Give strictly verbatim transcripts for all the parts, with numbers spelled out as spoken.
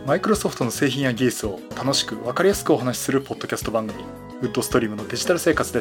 マイクロソフトの製品や技術を楽しく分かりやすくお話しするポッドキャスト番組、ウッドストリームのデジタル生活です。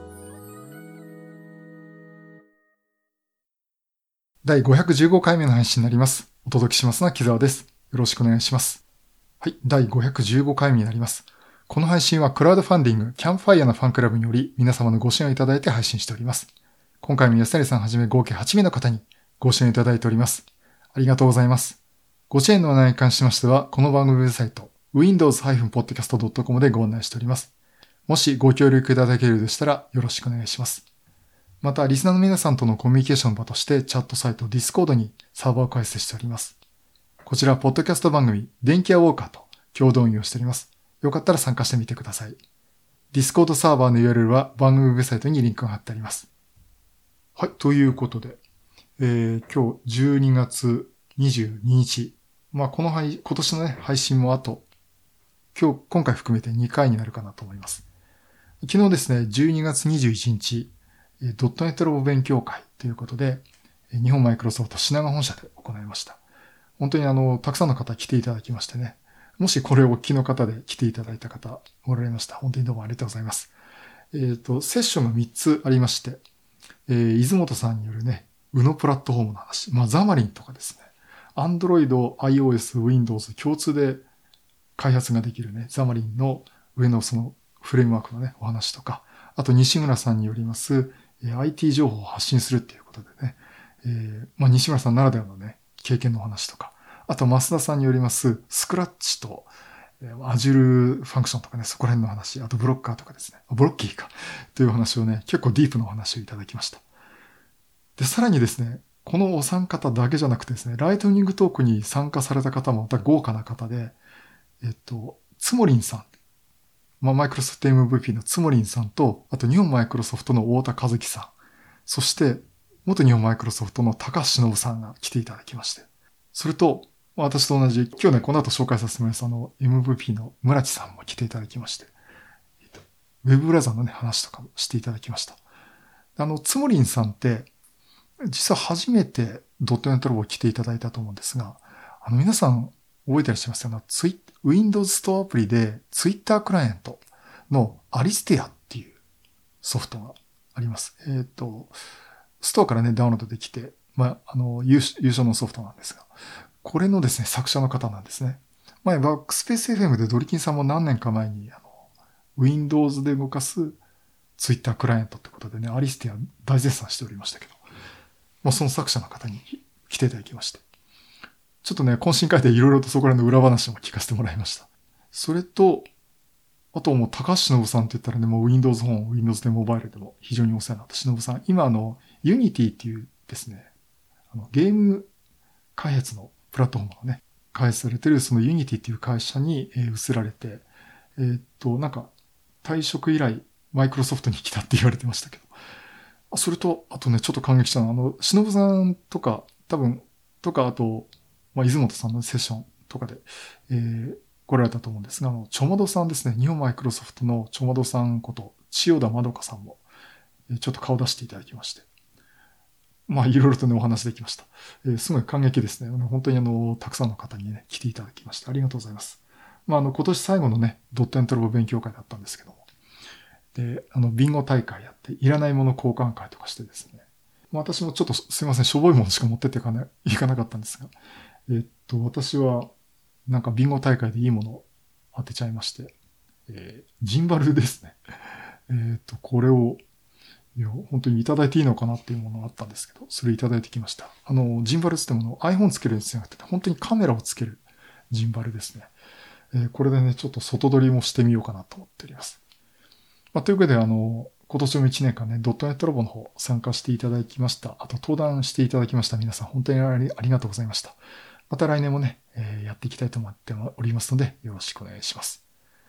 だいごひゃくじゅうごかいめの配信になります。お届けしますのは木澤です。よろしくお願いします。はい、だいごひゃくじゅうごかいめになります。この配信はクラウドファンディングキャンプファイヤーのファンクラブにより皆様のご支援をいただいて配信しております。今回も安成さんはじめ合計はちめいの方にご支援いただいております。ありがとうございます。ご支援の内容に関しましては、この番組ウェブサイト ウィンドウズ ポッドキャスト ドットコム でご案内しております。もしご協力いただけるようでしたらよろしくお願いします。また、リスナーの皆さんとのコミュニケーションの場としてチャットサイト Discord にサーバーを開設しております。こちら、ポッドキャスト番組電気屋ウォーカーと共同運用しております。よかったら参加してみてください。Discord サーバーの ユーアールエル は番組ウェブサイトにリンクが貼ってあります。はい、ということで、えー、今日じゅうにがつにじゅうににち、まあこの配今年のね配信もあと今日今回含めてにかいになるかなと思います。昨日ですね、じゅうにがつにじゅういちにち、ドットネットラボ勉強会ということで、日本マイクロソフト品川本社で行いました。本当にあの、たくさんの方来ていただきましてね、もしこれをお聞きの方で来ていただいた方おられました。本当にどうもありがとうございます。えっ、ー、と、セッションがみっつありまして、えー、伊豆本さんによるね、ウノプラットフォームの話、まあザマリンとかですね、Android、iOS、Windows 共通で開発ができるね、ザマリンの上のそのフレームワークのね、お話とか、あと西村さんによります、えー、アイティー 情報を発信するっていうことでね、えー、まあ西村さんならではのね、経験のお話とか、あと増田さんによりますスクラッチと、えー、Azure ファンクションとかね、そこら辺の話、あとブロッカーとかですね、ブロッキーか、というお話をね、結構ディープなお話をいただきました。で、さらにですね、このお三方だけじゃなくてですね、ライトニングトークに参加された方もまた豪華な方で、えっと、つもりんさん、まあ、マイクロソフト エムブイピー のつもりんさんと、あと日本マイクロソフトの太田和樹さん、そして元日本マイクロソフトの高橋忍さんが来ていただきまして、それと、私と同じ、今日ね、この後紹介させてもらいます、あの、エムブイピー の村地さんも来ていただきまして、ウェブブラウザーのね、話とかもしていただきました。あの、つもりんさんって、実は初めてドットネットラボを来ていただいたと思うんですが、あの皆さん覚えてらっしゃいますか？ツイ Windows ストアアプリで Twitter クライアントのアリステアっていうソフトがあります。えっ、ー、と、ストアからね、ダウンロードできて、まあ、あの、優勝のソフトなんですが、これのですね、作者の方なんですね。前、バックスペース エフエム でドリキンさんも何年か前に、あの、Windows で動かす Twitter クライアントってことでね、アリステア大絶賛しておりましたけど、まあ、その作者の方に来ていただきまして。ちょっとね、懇親会でいろいろとそこらの裏話も聞かせてもらいました。それと、あともう高橋忍さんって言ったらね、もう Windows 本、Windows でモバイルでも非常にお世話になった忍さん。今あの、Unity っていうですね、あのゲーム開発のプラットフォームがね、開発されてるその Unity っていう会社に移られて、えー、っと、なんか退職以来マイクロソフトに来たって言われてましたけど、それと、あとね、ちょっと感激したのは、あの、忍さんとか、多分、とか、あと、まあ、出本さんのセッションとかで、えー、来られたと思うんですが、あの、ちょまどさんですね、日本マイクロソフトのちょまどさんこと、千代田まどかさんも、えー、ちょっと顔出していただきまして、まあ、いろいろとね、お話できました。えー、すごい感激ですね。本当にあの、たくさんの方にね、来ていただきまして、ありがとうございます。まあ、あの、今年最後のね、ドットネットラボ勉強会だったんですけども、で、あの、ビンゴ大会やって、いらないもの交換会とかしてですね。私もちょっとすいません、しょぼいものしか持ってっていかない、いかなかったんですが、えっと、私は、なんかビンゴ大会でいいものを当てちゃいまして、えー、ジンバルですね。えっと、これを、いや、本当にいただいていいのかなっていうものがあったんですけど、それいただいてきました。あの、ジンバルって言っても iPhone つけるんじゃなくて、本当にカメラをつけるジンバルですね。えー、これでね、ちょっと外撮りもしてみようかなと思っております。まあ、というわけで、あの、今年もいちねんかんね、ドットネットラボの方参加していただきました。あと登壇していただきました皆さん、本当にあり、ありがとうございました。また来年もね、えー、やっていきたいと思っておりますので、よろしくお願いします。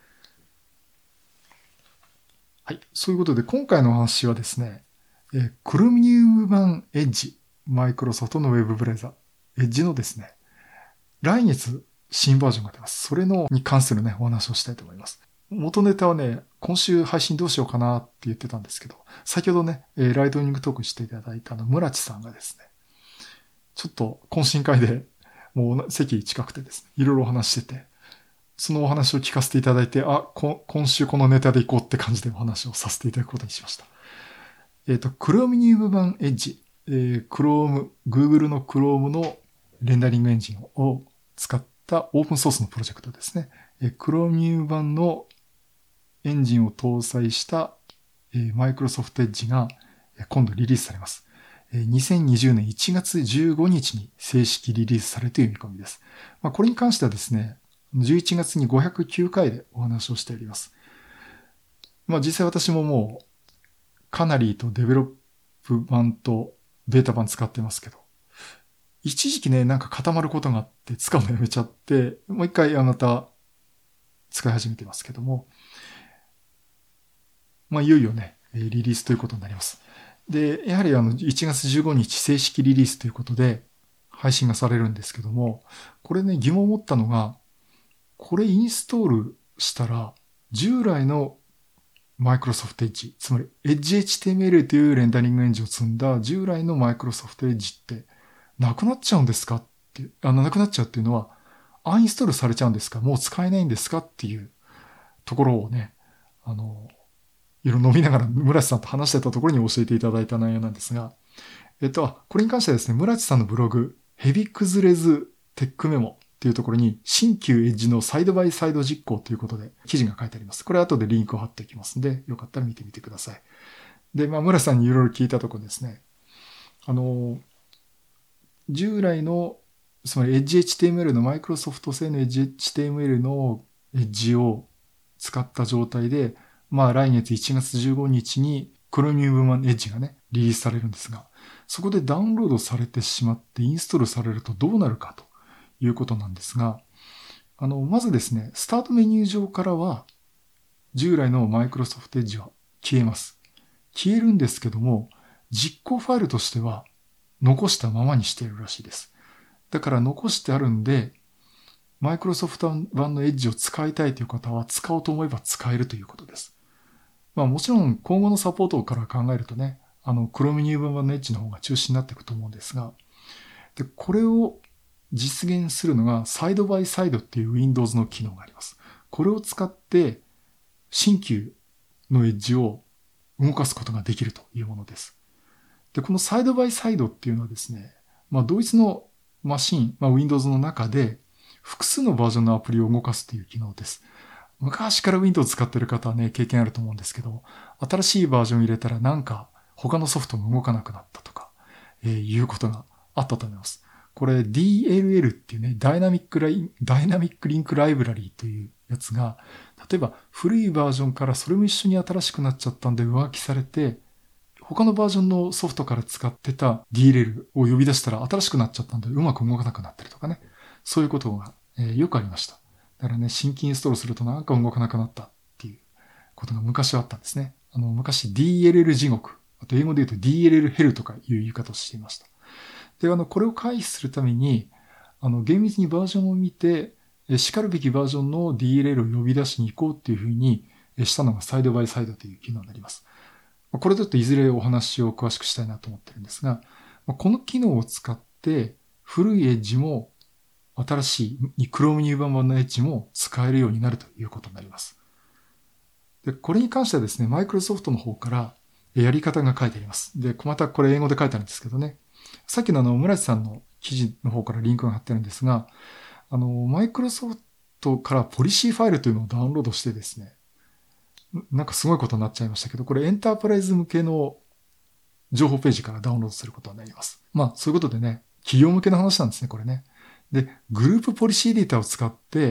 はい。そういうことで、今回のお話はですね、えー、クロミウム版エッジ、マイクロソフトのウェブブラウザ、エッジのですね、来月新バージョンが出ます。それのに関するね、お話をしたいと思います。元ネタはね、今週配信どうしようかなって言ってたんですけど、先ほどね、えー、ライトニングトークしていただいたあの、村地さんがですね、ちょっと懇親会で、 もう席近くてですね、いろいろお話してて、そのお話を聞かせていただいて、あ、こ今週このネタでいこうって感じでお話をさせていただくことにしました。えっと、Chromium 版 Edge、えー、Chrome、Google の Chrome のレンダリングエンジンを使ったオープンソースのプロジェクトですね。えー、Chromium 版のエンジンを搭載した、えー、Microsoft Edge が今度リリースされます。にせんにじゅうねんいちがつじゅうごにちに正式リリースされるという見込みです。まあ、これに関してはですね、じゅういちがつにごひゃくきゅうかいでお話をしております。まあ実際私ももうカナリーとデベロップ版とベータ版使ってますけど、一時期ね、なんか固まることがあって使うのやめちゃって、もう一回また使い始めてますけども、まあいよいよね、リリースということになります。で、やはりあのいちがつじゅうごにち正式リリースということで配信がされるんですけども、これね、疑問を持ったのが、これインストールしたら従来のMicrosoft Edge、つまり Edge エイチティーエムエル というレンダリングエンジンを積んだ従来の Microsoft Edge ってなくなっちゃうんですかっていう、あの、なくなっちゃうっていうのは、アンインストールされちゃうんですか、もう使えないんですかっていうところをね、あの、いろいろ飲みながら村地さんと話してたところに教えていただいた内容なんですが、えっと、これに関してはですね、村地さんのブログ、ヘビ崩れずテックメモっていうところに、新旧エッジのサイドバイサイド実行ということで記事が書いてあります。これ後でリンクを貼っておきますので、よかったら見てみてください。で、まあ、村地さんにいろいろ聞いたところですね、あの、従来の、つまり Edge エイチティーエムエル のマイクロソフト製の Edge エイチティーエムエル のエッジを使った状態で、まあ来月いちがつじゅうごにちに Chromium 版 Edge がね、リリースされるんですが、そこでダウンロードされてしまってインストールされるとどうなるかということなんですが、あの、まずですね、スタートメニュー上からは従来の Microsoft Edge は消えます。消えるんですけども、実行ファイルとしては残したままにしているらしいです。だから残してあるんで、マイクロソフト版のエッジを使いたいという方は使おうと思えば使えるということです。まあもちろん今後のサポートから考えるとね、あの Chromium 版のエッジの方が中心になっていくと思うんですが、で、これを実現するのがサイドバイサイドっていう Windows の機能があります。これを使って新旧のエッジを動かすことができるというものです。で、このサイドバイサイドっていうのはですね、まあ同一のマシン、まあ、Windows の中で複数のバージョンのアプリを動かすという機能です。昔から Windows 使ってる方はね、経験あると思うんですけど、新しいバージョン入れたらなんか他のソフトも動かなくなったとか、えー、いうことがあったと思います。これ ディーエルエル っていうね、ダイナミックライン、ダイナミックリンクライブラリーというやつが、例えば古いバージョンからそれも一緒に新しくなっちゃったんで上書きされて、他のバージョンのソフトから使ってた ディーエルエル を呼び出したら新しくなっちゃったんでうまく動かなくなったりとかね。そういうことが、えー、よくありました。だからね、新規インストールするとなんか動かなくなったっていうことが昔はあったんですね。あの、昔 ディーエルエル 地獄、あと英語で言うと ディーエルエル ヘルとかいう言い方をしていました。で、あの、これを回避するために、あの、厳密にバージョンを見て、叱るべきバージョンの ディーエルエル を呼び出しに行こうっていうふうにしたのがサイドバイサイドという機能になります。これだといずれお話を詳しくしたいなと思ってるんですが、この機能を使って古いエッジも新しい Chromium 版のエッジも使えるようになるということになります。で、これに関してはですね、Microsoft の方からやり方が書いてあります。で、またこれ英語で書いてあるんですけどね、さっきのあの、村地さんの記事の方からリンクが貼ってあるんですが、あの、Microsoft からポリシーファイルというのをダウンロードしてですね、なんかすごいことになっちゃいましたけど、これエンタープライズ向けの情報ページからダウンロードすることになります。まあ、そういうことでね、企業向けの話なんですね、これね。で、グループポリシーデータを使って、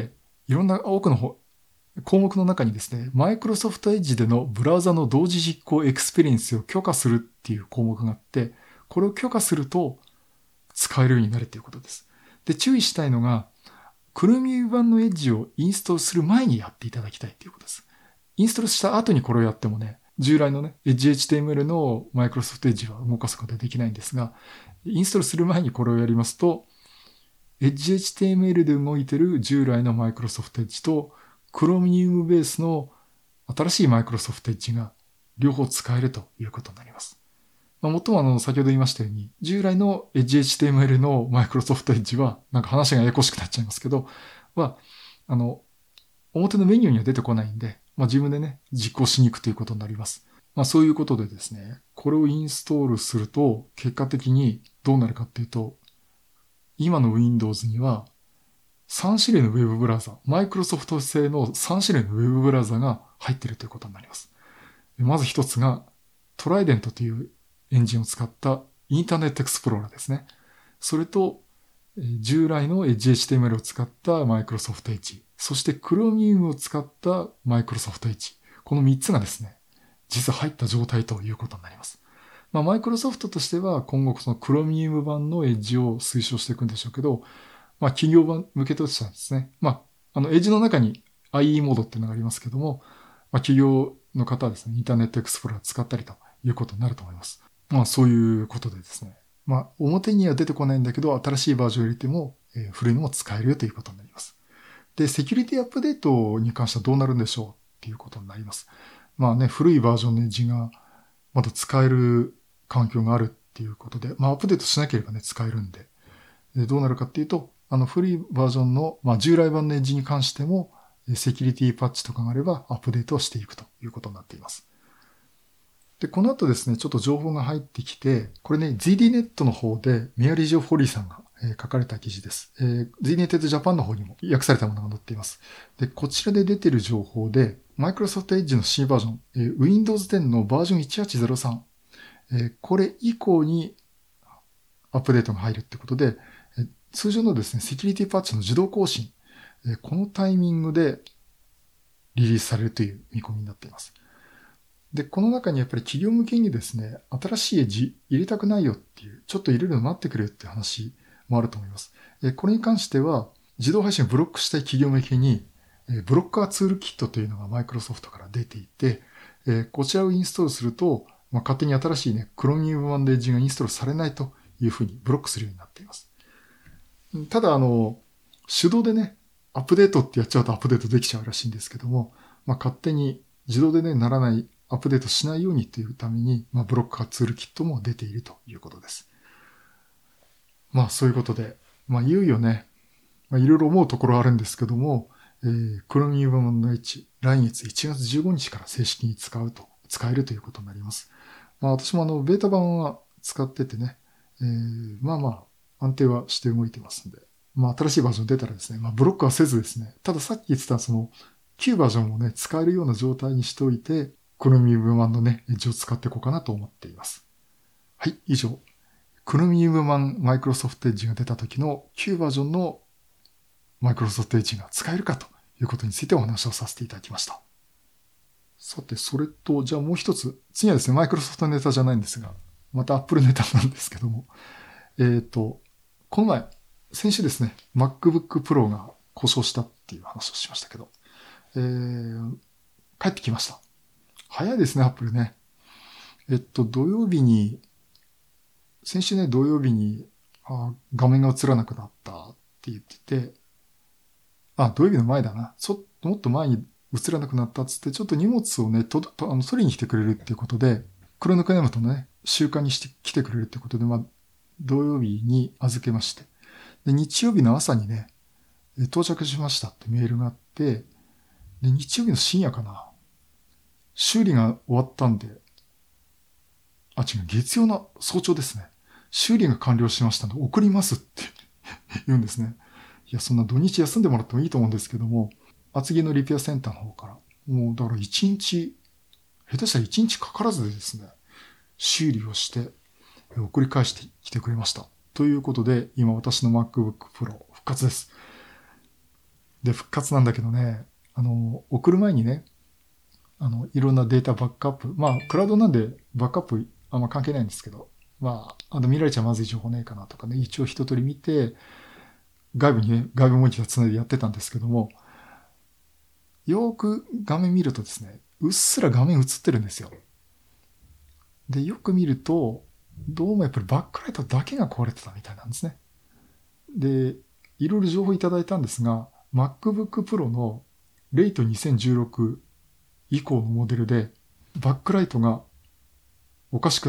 いろんな多くの項目の中にですね、Microsoft Edge でのブラウザの同時実行エクスペリエンスを許可するっていう項目があって、これを許可すると使えるようになるということです。で、注意したいのが、Chromium 版の Edge をインストールする前にやっていただきたいということです。インストールした後にこれをやってもね、従来のね、Edge エイチティーエムエル の Microsoft Edge は動かすことはできないんですが、インストールする前にこれをやりますと、Edge エイチティーエムエル で動いている従来の Microsoft Edge と Chromium ベースの新しい Microsoft Edge が両方使えるということになります。 まあ、もっともあの、先ほど言いましたように、従来の Edge エイチティーエムエル の Microsoft Edge は、なんか話がややこしくなっちゃいますけど、は、あの、表のメニューには出てこないんで、まあ、自分でね、実行しに行くということになります。まあ、そういうことでですね、これをインストールすると、結果的にどうなるかっていうと、今の Windows には、さん種類の Web ブラウザ、Microsoft 製のさん種類の Web ブラウザが入っているということになります。まず一つが、トライデントというエンジンを使ったインターネットエクスプローラーですね。それと、従来の Edge エイチティーエムエル を使った Microsoft Edge、そして Chromium を使った Microsoft Edge。このみっつがですね、実は入った状態ということになります。まあ、Microsoft としては今後その Chromium 版の Edge を推奨していくんでしょうけど、まあ、企業版向けとしてはですね、まあ、あの、Edge の中に アイイー モードっていうのがありますけども、まあ、企業の方はですね、インターネットエクスプローラー使ったりということになると思います。まあ、そういうことでですね、まあ、表には出てこないんだけど、新しいバージョンを入れても、えー、古いのも使えるということになります。で、セキュリティアップデートに関してはどうなるんでしょうっていうことになります。まあね、古いバージョンのエッジがまだ使える環境があるっていうことで、まあアップデートしなければね、使えるんで、でどうなるかっていうと、あの古いバージョンの、まあ従来版のエッジに関しても、セキュリティパッチとかがあればアップデートをしていくということになっています。で、この後ですね、ちょっと情報が入ってきて、これね、ゼーディーネット の方でメアリー・ジョ・ホリーさんが、えー、書かれた記事です。えー、ゼーディーネット ジャパンの方にも訳されたものが載っています。で、こちらで出ている情報で、Microsoft Edge の C バージョン、えー、Windows テンのバージョンいちはちゼロさん、えー、これ以降にアップデートが入るってことで、えー、通常のですね、セキュリティパッチの自動更新、えー、このタイミングでリリースされるという見込みになっています。で、この中にやっぱり企業向けにですね、新しいエッジ入れたくないよっていう、ちょっと入れるの待ってくれっていう話もあると思います。これに関しては、自動配信をブロックしたい企業向けに、ブロッカーツールキットというのがマイクロソフトから出ていて、こちらをインストールすると、まあ、勝手に新しいね、Chromium 版でエッジがインストールされないというふうにブロックするようになっています。ただ、あの、手動でね、アップデートってやっちゃうとアップデートできちゃうらしいんですけども、まあ、勝手に自動でね、ならないアップデートしないようにというために、まあ、ブロッカーツールキットも出ているということです。まあ、そういうことで、まあ、いよいよね、まあ、いろいろ思うところあるんですけども、えー、Chromium 版の H、来月いちがつじゅうごにちから正式に使うと、使えるということになります。まあ、私もあの、ベータ版は使っててね、えー、まあまあ、安定はして動いてますんで、まあ、新しいバージョン出たらですね、まあ、ブロックはせずですね、たださっき言ってたその、旧バージョンもね、使えるような状態にしておいて、Chromium 版のね、エッジを使っていこうかなと思っています。はい、以上。Chromium 版 Microsoft Edge が出た時の旧バージョンの Microsoft Edge が使えるかということについてお話をさせていただきました。さて、それと、じゃあもう一つ。次はですね、Microsoft ネタじゃないんですが、また Apple ネタなんですけども、えっと、この前、先週ですね、MacBook Pro が故障したっていう話をしましたけど、えー、帰ってきました。早いですね、Apple ね。えっと、土曜日に、先週ね、土曜日に、あ画面が映らなくなったって言ってて、あ、土曜日の前だな。ちょっともっと前に映らなくなったっつって、ちょっと荷物をね、と、とあの取りに来てくれるっていうことで、クロノクネムとね、習慣にして来てくれるっていうことで、まあ、土曜日に預けまして。で、日曜日の朝にね、到着しましたってメールがあって、で、日曜日の深夜かな。修理が終わったんで、あ、違う、月曜の早朝ですね。修理が完了しましたので送りますって言うんですね。いや、そんな土日休んでもらってもいいと思うんですけども、厚木のリペアセンターの方から、もうだから一日、下手したら一日かからずでですね、修理をして送り返してきてくれました。ということで、今私の MacBook Pro 復活です。で、復活なんだけどね、あの、送る前にね、あの、いろんなデータバックアップ。まあ、クラウドなんでバックアップあんま関係ないんですけど、まあ、あの、見られちゃまずい情報ねえかなとかね、一応一通り見て、外部にね、外部モニターつないでやってたんですけども、よーく画面見るとですね、うっすら画面映ってるんですよ。で、よく見ると、どうもやっぱりバックライトだけが壊れてたみたいなんですね。で、いろいろ情報いただいたんですが、MacBook Pro のレイトにせんじゅうろく以降のモデルで、バックライトがおかしくなる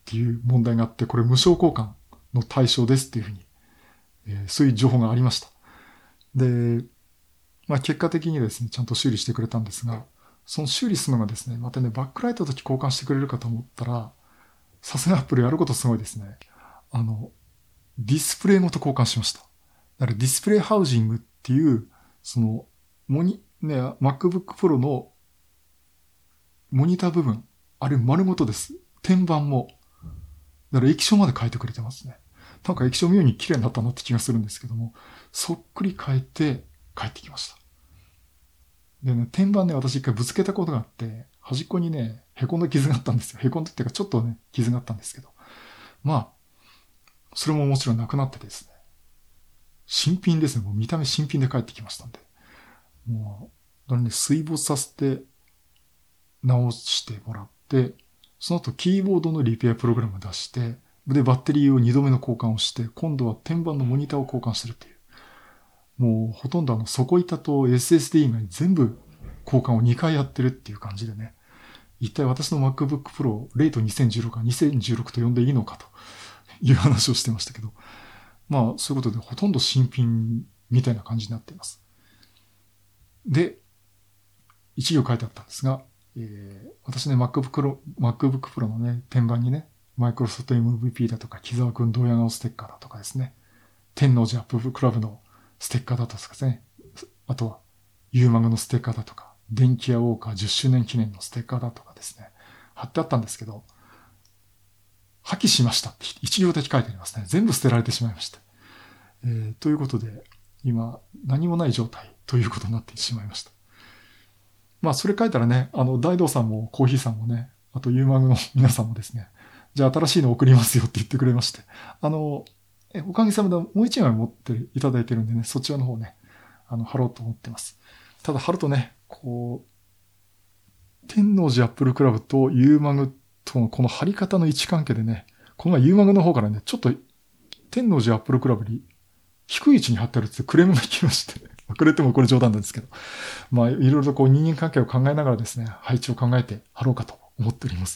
っていう問題があって、これ無償交換の対象ですっていうふうに、えー、そういう情報がありました。で、まあ結果的にですね、ちゃんと修理してくれたんですが、その修理するのがですね、またね、バックライトの時交換してくれるかと思ったら、さすがアップルやることすごいですね。あの、ディスプレイごと交換しました。だからディスプレイハウジングっていう、その、モニ、ね、MacBook Pro のモニター部分、あれ丸ごとです。天板も。だから液晶まで変えてくれてますね。なんか液晶妙に綺麗になったなって気がするんですけども、そっくり変えて帰ってきました。でね、天板ね、私一回ぶつけたことがあって、端っこにね、凹んだ傷があったんですよ。凹んだっていうかちょっとね、傷があったんですけど。まあ、それももちろんなくなってですね。新品ですね。もう見た目新品で帰ってきましたんで。もう、だからね、水没させて、直してもらって、その後キーボードのリペアプログラムを出して、で、バッテリーをにどめの交換をして、今度は天板のモニターを交換してるっていう。もうほとんどあの底板と エスエスディー 以外全部交換をにかいやってるっていう感じでね。一体私の MacBook Pro レイトにせんじゅうろくはにせんじゅうろくと呼んでいいのかという話をしてましたけど。まあそういうことでほとんど新品みたいな感じになっています。で、一行書いてあったんですが、えー、私ね MacBook Pro、MacBook Pro のね、天板にね、マイクロソフト エムブイピー だとか、木沢くん同屋顔ステッカーだとかですね、天王寺アップクラブのステッカーだとかですね、あとは、ユーマグのステッカーだとか、電気屋ウォーカーじゅっしゅうねん記念のステッカーだとかですね、貼ってあったんですけど、破棄しましたって一行だけ書いてありますね。全部捨てられてしまいました。えー、ということで、今、何もない状態ということになってしまいました。まあ、それ書いたらね、あの、大道さんもコーヒーさんもね、あとユーマグの皆さんもですね、じゃあ新しいの送りますよって言ってくれまして、あの、えおかげさまでもう一枚持っていただいてるんでね、そちらの方ね、あの、貼ろうと思ってます。ただ貼るとね、こう、天王寺アップルクラブとユーマグとのこの貼り方の位置関係でね、この前ユーマグの方からね、ちょっと天王寺アップルクラブに低い位置に貼ってあるってクレームが来まして、くれてもこれ冗談なんですけど、まあ、いろいろとこう人間関係を考えながらですね、配置を考えて貼ろうかと思っております。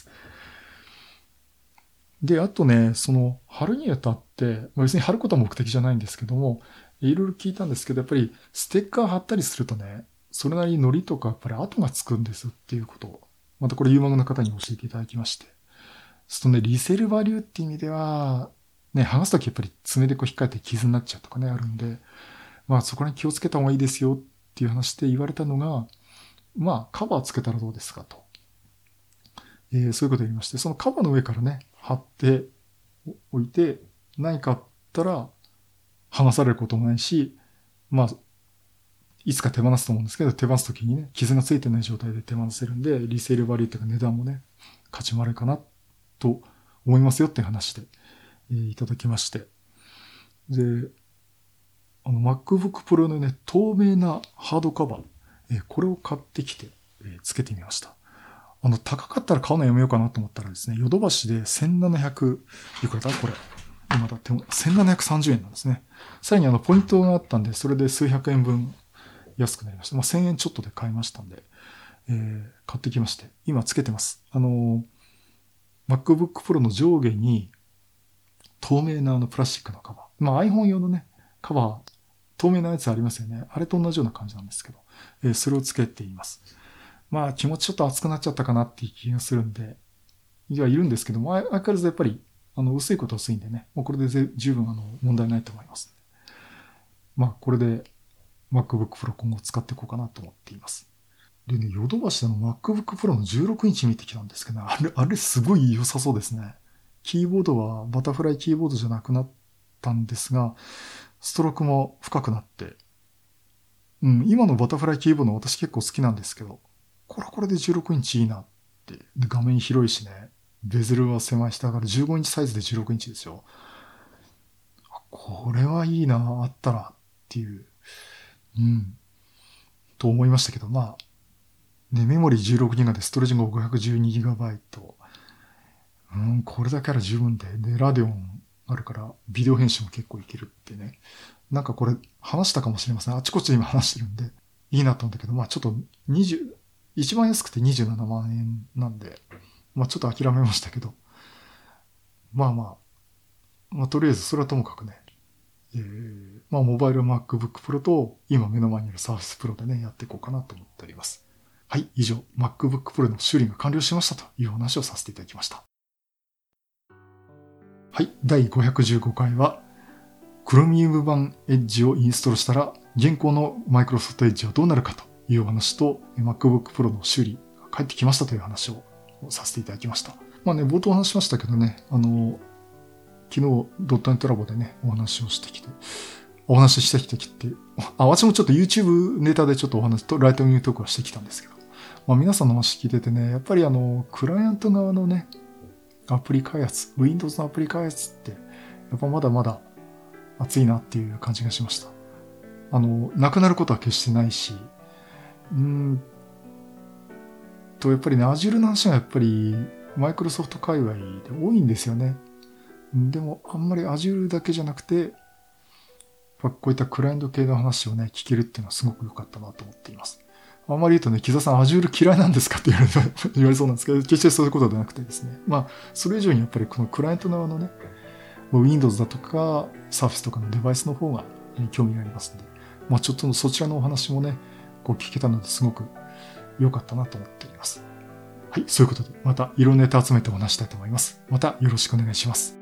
で、あとね、その、貼るにあたって、別に貼ることは目的じゃないんですけども、いろいろ聞いたんですけど、やっぱりステッカー貼ったりするとね、それなりに糊とかやっぱり跡がつくんですっていうことを、またこれユーマグの方に教えていただきまして。そのね、リセルバリューっていう意味では、ね、剥がすときやっぱり爪でこう引っかえて傷になっちゃうとかね、あるんで、まあそこに気をつけた方がいいですよっていう話で言われたのが、まあカバーつけたらどうですかと。えー、そういうことを言いまして、そのカバーの上からね、貼っておいて、何かあったら剥がされることもないし、まあ、いつか手放すと思うんですけど、手放すときにね、傷がついてない状態で手放せるんで、リセールバリューというか値段もね、価値もあるかなと思いますよっていう話で、えー、いただきまして。で、あの MacBook Pro のね、透明なハードカバー、えー、これを買ってきて、えー、つけてみました。あの、高かったら買うのやめようかなと思ったらですね、ヨドバシでせんななひゃく、いくらだこれ。今だってせんななひゃくさんじゅうえんなんですね。さらにあの、ポイントがあったんで、それで数百円分安くなりました。まあ、せんえんちょっとで買いましたんで、えー、買ってきまして、今つけてます。あの、MacBook Pro の上下に透明なあのプラスチックのカバー。まあ iPhone 用のね、カバー、透明なやつありますよね。あれと同じような感じなんですけど、えー、それをつけています。まあ気持ちちょっと熱くなっちゃったかなっていう気がするんで、いはいるんですけども、相変わらずやっぱり、あの、薄いことは薄いんでね、もうこれで十分あの、問題ないと思います。まあこれで MacBook Pro 今後使っていこうかなと思っています。でね、ヨドバシの MacBook Pro のじゅうろくインチ見てきたんですけど、あれ、あれすごい良さそうですね。キーボードはバタフライキーボードじゃなくなったんですが、ストロークも深くなって、うん、今のバタフライキーボード私結構好きなんですけど、これはこれでじゅうろくインチいいなって。で、画面広いしね。ベゼルは狭いし、だからじゅうごインチサイズでじゅうろくインチですよ。これはいいな、あったらっていう、うん、と思いましたけど、まあ、ね、メモリー じゅうろくギガバイト でストレージが ごひゃくじゅうにギガバイト。うん、これだけあら十分で、で、ラデオンあるから、ビデオ編集も結構いけるってね。なんかこれ話したかもしれません。あちこちで今話してるんで、いいなと思ったけど、まあちょっとにじゅう、一番安くてにじゅうななまんえんなんで、まあちょっと諦めましたけど、 まあまあ、まあとりあえずそれはともかくね、えー、まあモバイル MacBook Pro と今目の前にある Surface Pro でね、やっていこうかなと思っております。はい、以上、MacBook Pro の修理が完了しましたというお話をさせていただきました。はい、だいごひゃくじゅうごかいは、Chromium 版 Edge をインストールしたら、現行の Microsoft Edge はどうなるかというお話と、MacBook Pro の修理が返ってきましたという話をさせていただきました。まあね、冒頭話しましたけどね、あの、昨日、ドットネットラボでね、お話をしてきて、お話ししてきてきて、あ、私もちょっと YouTube ネタでちょっとお話と、ライトニングトークはしてきたんですけど、まあ皆さんの話聞いててね、やっぱりあの、クライアント側のね、アプリ開発、Windows のアプリ開発って、やっぱまだまだ熱いなっていう感じがしました。あの、なくなることは決してないし、うーんと、やっぱりね、Azure の話がやっぱり、マイクロソフト界隈で多いんですよね。でも、あんまり Azure だけじゃなくて、こういったクライアント系の話をね、聞けるっていうのはすごく良かったなと思っています。あんまり言うとね、木澤さん Azure 嫌いなんですかって言われ言われそうなんですけど、決してそういうことではなくてですね。まあ、それ以上にやっぱりこのクライアント側のね、Windows だとか Surface とかのデバイスの方が興味がありますので、まあちょっとそちらのお話もね、こう聞けたのですごく良かったなと思っています。はい、そういうことで、またいろんなネタ集めてお話したいと思います。またよろしくお願いします。